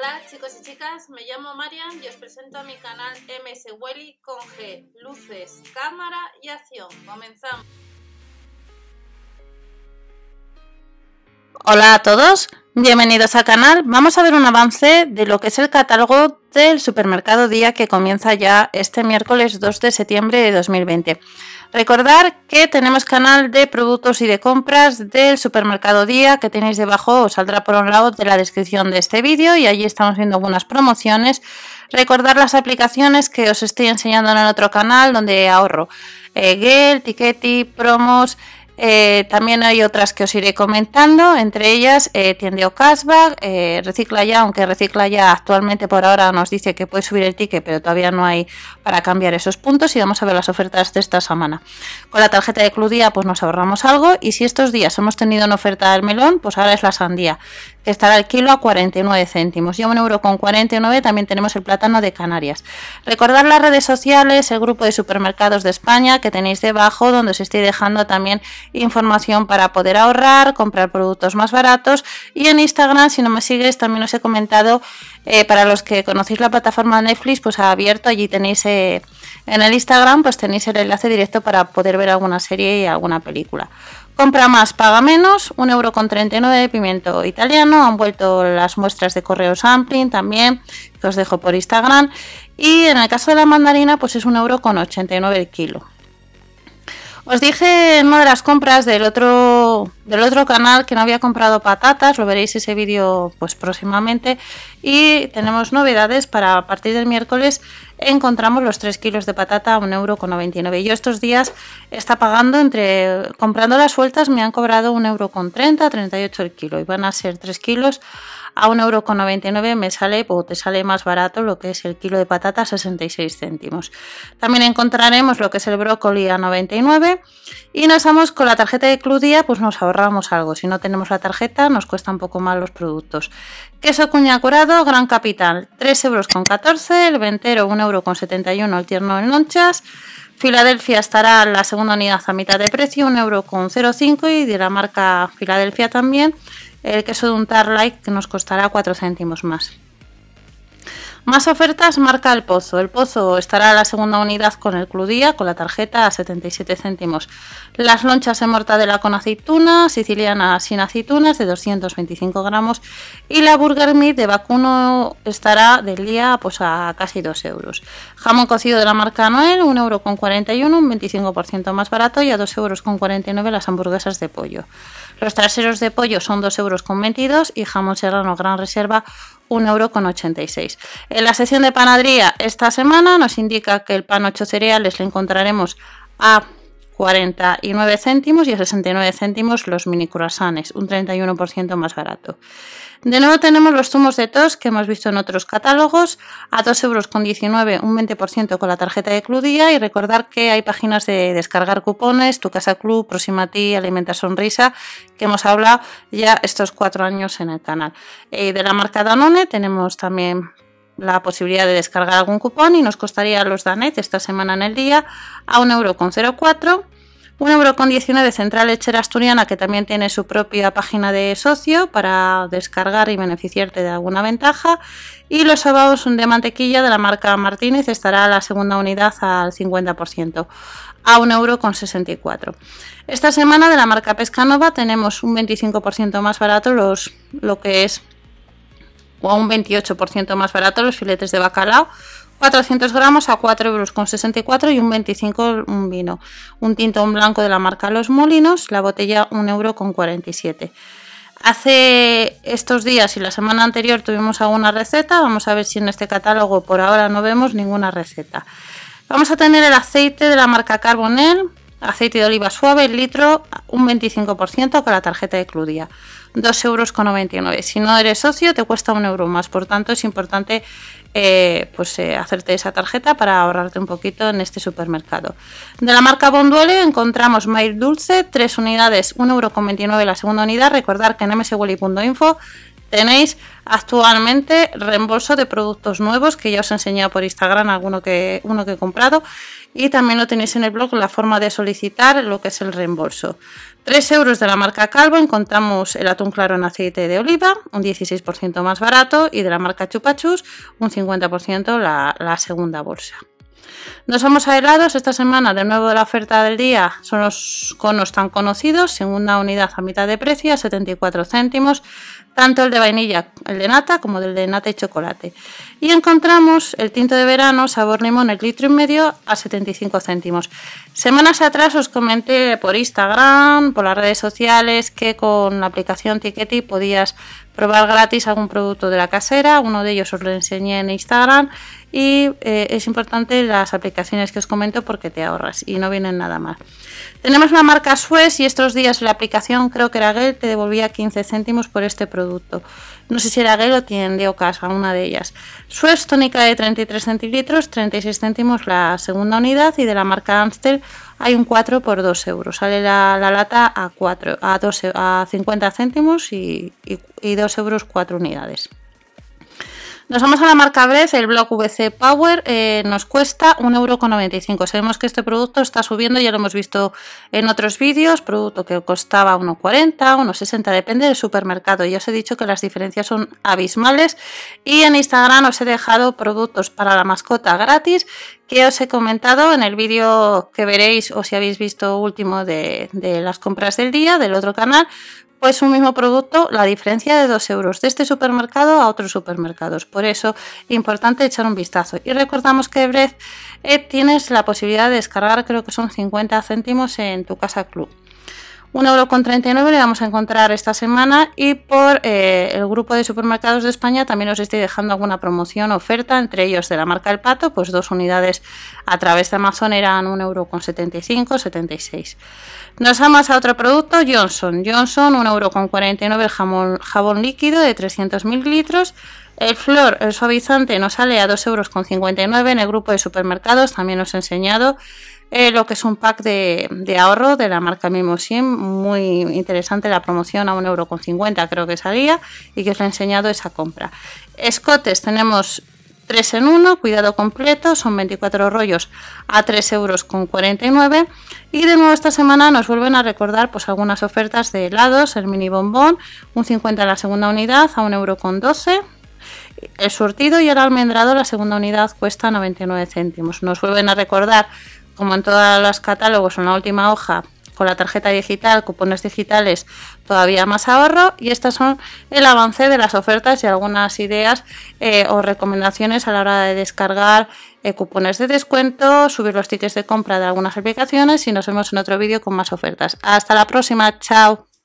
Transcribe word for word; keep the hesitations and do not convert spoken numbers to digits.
Hola chicos y chicas, me llamo Marian y os presento a mi canal M S Welly con G, luces, cámara y acción. Comenzamos. Hola a todos, bienvenidos al canal. Vamos a ver un avance de lo que es el catálogo del Supermercado Día que comienza ya este miércoles dos de septiembre de dos mil veinte. Recordar que tenemos canal de productos y de compras del Supermercado Día que tenéis debajo, os saldrá por un lado de la descripción de este vídeo y allí estamos viendo algunas promociones. Recordar las aplicaciones que os estoy enseñando en el otro canal donde ahorro eh, Gel, Tiketi, promos. Eh, también hay otras que os iré comentando, entre ellas eh, Tiendeo Cashback, eh, Recicla Ya, aunque Recicla Ya actualmente por ahora nos dice que puede subir el ticket, pero todavía no hay para cambiar esos puntos y vamos a ver las ofertas de esta semana. Con la tarjeta de Club Día pues nos ahorramos algo y si estos días hemos tenido una oferta del melón, pues ahora es la sandía, que estará el kilo a cuarenta y nueve céntimos y a un euro con cuarenta y nueve también tenemos el plátano de Canarias. Recordar las redes sociales, el grupo de supermercados de España que tenéis debajo donde os estoy dejando también información para poder ahorrar, comprar productos más baratos y en Instagram, si no me sigues, también os he comentado eh, para los que conocéis la plataforma Netflix, pues ha abierto, allí tenéis eh, en el Instagram pues tenéis el enlace directo para poder ver alguna serie y alguna película. Compra más, paga menos, un euro con treinta y nueve de pimiento italiano, han vuelto las muestras de correo sampling también, que os dejo por Instagram, y en el caso de la mandarina pues es un euro con ochenta y nueve el kilo. Os dije en una de las compras del otro, del otro canal que no había comprado patatas, lo veréis ese vídeo pues próximamente, y tenemos novedades para a partir del miércoles encontramos los tres kilos de patata a un euro con noventa y nueve. Yo estos días está pagando entre, comprando las sueltas me han cobrado un euro con treinta, treinta y ocho el kilo y van a ser tres kilos a un euro con noventa y nueve me sale o te sale más barato lo que es el kilo de patata sesenta y seis céntimos. También encontraremos lo que es el brócoli a noventa y nueve y nos vamos con la tarjeta de Club Día, pues nos ahorramos algo. Si no tenemos la tarjeta nos cuesta un poco más los productos. Queso cuña curado Gran Capital tres euros con catorce, el ventero un euro con setenta y uno, el tierno en lonchas. Filadelfia estará la segunda unidad a mitad de precio, un euro con cero cinco y de la marca Filadelfia también el queso de untar light que nos costará cuatro céntimos más. Más ofertas, marca El Pozo. El Pozo estará la segunda unidad con el Club Día, con la tarjeta a setenta y siete céntimos. Las lonchas en mortadela con aceituna, siciliana sin aceitunas de doscientos veinticinco gramos y la Burger Meat de vacuno estará del día pues a casi dos euros. Jamón cocido de la marca Noel, un euro con cuarenta y uno, un veinticinco por ciento más barato y a dos euros con cuarenta y nueve las hamburguesas de pollo. Los traseros de pollo son dos euros con veintidós y jamón serrano Gran Reserva un euro con ochenta y seis. En la sección de panadería esta semana nos indica que el pan ocho cereales le encontraremos a cuarenta y nueve céntimos y a sesenta y nueve céntimos los mini croissants, un treinta y uno por ciento más barato. De nuevo tenemos los zumos de tos que hemos visto en otros catálogos a dos euros con diecinueve, un veinte por ciento con la tarjeta de Club Día y recordar que hay páginas de descargar cupones, Tu Casa Club, Próxima a Ti, Alimenta Sonrisa, que hemos hablado ya estos cuatro años en el canal. Eh, de la marca Danone tenemos también la posibilidad de descargar algún cupón y nos costaría los Danet esta semana en el día a un euro con cero cuatro. un euro con diecinueve Central Lechera Asturiana, que también tiene su propia página de socio para descargar y beneficiarte de alguna ventaja. Y los sobaos de mantequilla de la marca Martínez estará la segunda unidad al cincuenta por ciento a un euro con sesenta y cuatro. Esta semana de la marca Pescanova tenemos un veinticinco por ciento más barato los, lo que es o a un veintiocho por ciento más barato los filetes de bacalao, cuatrocientos gramos a cuatro euros con sesenta y cuatro y un veinticinco por ciento un vino, un tinto blanco de la marca Los Molinos, la botella un euro con cuarenta y siete. Hace estos días y la semana anterior tuvimos alguna receta, vamos a ver si en este catálogo por ahora no vemos ninguna receta. Vamos a tener el aceite de la marca Carbonell, aceite de oliva suave, el litro, un veinticinco por ciento con la tarjeta de Club Día, dos euros con noventa y nueve. Si no eres socio te cuesta un euro más, por tanto es importante eh, pues, eh, hacerte esa tarjeta para ahorrarte un poquito en este supermercado. De la marca Bonduelle encontramos maíz dulce, tres unidades, un euro con veintinueve la segunda unidad. Recordar que en m s welly punto info Tenéis actualmente reembolso de productos nuevos, que ya os he enseñado por Instagram alguno que, uno que he comprado, y también lo tenéis en el blog la forma de solicitar lo que es el reembolso. tres euros de la marca Calvo encontramos el atún claro en aceite de oliva, un dieciséis por ciento más barato, y de la marca Chupa Chups un cincuenta por ciento la, la segunda bolsa. Nos vamos a helados. Esta semana de nuevo la oferta del día son los conos tan conocidos, segunda unidad a mitad de precio, a setenta y cuatro céntimos, tanto el de vainilla, el de nata, como el de nata y chocolate. Y encontramos el tinto de verano sabor limón, el litro y medio, a setenta y cinco céntimos. Semanas atrás os comenté por Instagram, por las redes sociales, que con la aplicación Tickety podías probar gratis algún producto de la casera. Uno de ellos os lo enseñé en Instagram, y eh, es importante las aplicaciones que os comento porque te ahorras y no vienen nada mal. Tenemos la marca Suez, y estos días la aplicación, creo que era Gel, te devolvía quince céntimos por este producto. No sé si era Gel o tienen de Ocasa, una de ellas. Suez tónica de treinta y tres centilitros, treinta y seis céntimos la segunda unidad, y de la marca Amstel hay un cuatro por dos euros. Sale la, la lata a, cuatro, a, dos, a cincuenta céntimos y, y, y dos euros cuatro unidades. Nos vamos a la marca Bref. El Block V C Power eh, nos cuesta un euro con noventa y cinco. Sabemos que este producto está subiendo, ya lo hemos visto en otros vídeos, producto que costaba uno cuarenta, uno sesenta, depende del supermercado. Ya os he dicho que las diferencias son abismales, y en Instagram os he dejado productos para la mascota gratis que os he comentado en el vídeo que veréis, o si habéis visto último de, de las compras del día del otro canal. Pues un mismo producto, la diferencia de dos euros de este supermercado a otros supermercados. Por eso, importante echar un vistazo. Y recordamos que Bref eh, tienes la posibilidad de descargar, creo que son cincuenta céntimos en tu casa club. un euro con treinta y nueve le vamos a encontrar esta semana, y por eh, el grupo de supermercados de España también os estoy dejando alguna promoción, oferta, entre ellos de la marca El Pato, pues dos unidades a través de Amazon eran un euro con setenta y cinco, setenta y seis. Nos vamos a otro producto, Johnson. Johnson, un euro con cuarenta y nueve el jabón, jabón líquido de trescientos mililitros. El Flor, el suavizante, nos sale a dos euros con cincuenta y nueve en el grupo de supermercados. También os he enseñado eh, lo que es un pack de, de ahorro de la marca Mimosin. Muy interesante la promoción, a un euro con cincuenta creo que salía, y que os he enseñado esa compra. Escotes, tenemos tres en uno, cuidado completo, son veinticuatro rollos a tres euros con cuarenta y nueve. Y de nuevo esta semana nos vuelven a recordar pues algunas ofertas de helados. El mini bombón, un cincuenta la segunda unidad a un euro con doce. El surtido y el almendrado, la segunda unidad, cuesta noventa y nueve céntimos. Nos vuelven a recordar, como en todos los catálogos, en la última hoja, con la tarjeta digital, cupones digitales, todavía más ahorro. Y estas son el avance de las ofertas y algunas ideas eh, o recomendaciones a la hora de descargar eh, cupones de descuento, subir los tickets de compra de algunas aplicaciones, y nos vemos en otro vídeo con más ofertas. Hasta la próxima, chao.